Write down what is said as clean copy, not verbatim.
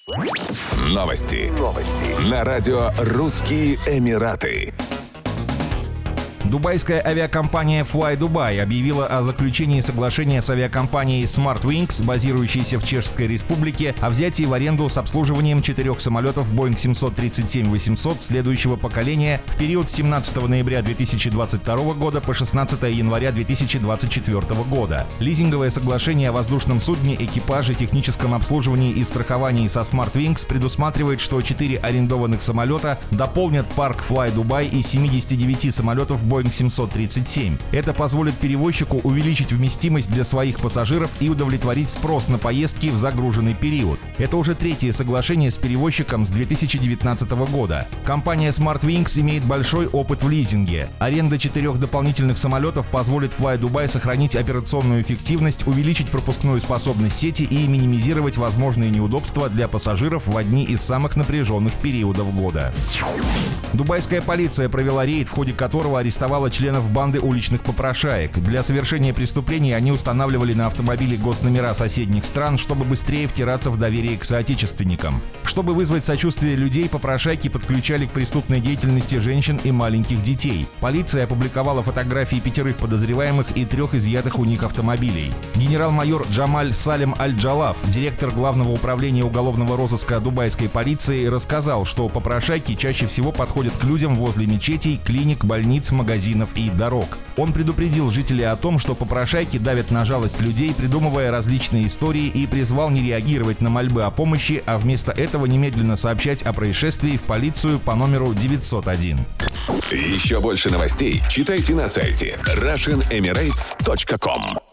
Новости. На радио «Русские Эмираты». Дубайская авиакомпания Fly-Dubai объявила о заключении соглашения с авиакомпанией SmartWings, базирующейся в Чешской Республике, о взятии в аренду с обслуживанием 4 самолетов Boeing 737-800 следующего поколения в период с 17 ноября 2022 года по 16 января 2024 года. Лизинговое соглашение о воздушном судне, экипаже, техническом обслуживании и страховании со SmartWings предусматривает, что 4 арендованных самолета дополнят парк Fly-Dubai из 79 самолетов Boeing 737. Это позволит перевозчику увеличить вместимость для своих пассажиров и удовлетворить спрос на поездки в загруженный период. Это уже третье соглашение с перевозчиком с 2019 года. Компания SmartWings имеет большой опыт в лизинге. Аренда 4 дополнительных самолетов позволит Fly-Dubai сохранить операционную эффективность, увеличить пропускную способность сети и минимизировать возможные неудобства для пассажиров в одни из самых напряженных периодов года. Дубайская полиция провела рейд, в ходе которого арестовала членов банды уличных попрошаек. Для совершения преступлений они устанавливали на автомобиле госномера соседних стран, чтобы быстрее втираться в доверие к соотечественникам. Чтобы вызвать сочувствие людей, попрошайки подключали к преступной деятельности женщин и маленьких детей. Полиция опубликовала фотографии 5 подозреваемых и 3 изъятых у них автомобилей. Генерал-майор Джамаль Салем Аль-Джалаф, директор Главного управления уголовного розыска дубайской полиции, рассказал, что попрошайки чаще всего подходят к людям возле мечетей, клиник, больниц, магазинов и дорог. Он предупредил жителей о том, что попрошайки давят на жалость людей, придумывая различные истории, и призвал не реагировать на мольбы о помощи, а вместо этого немедленно сообщать о происшествии в полицию по номеру 901. Еще больше новостей читайте на сайте RussianEmirates.com.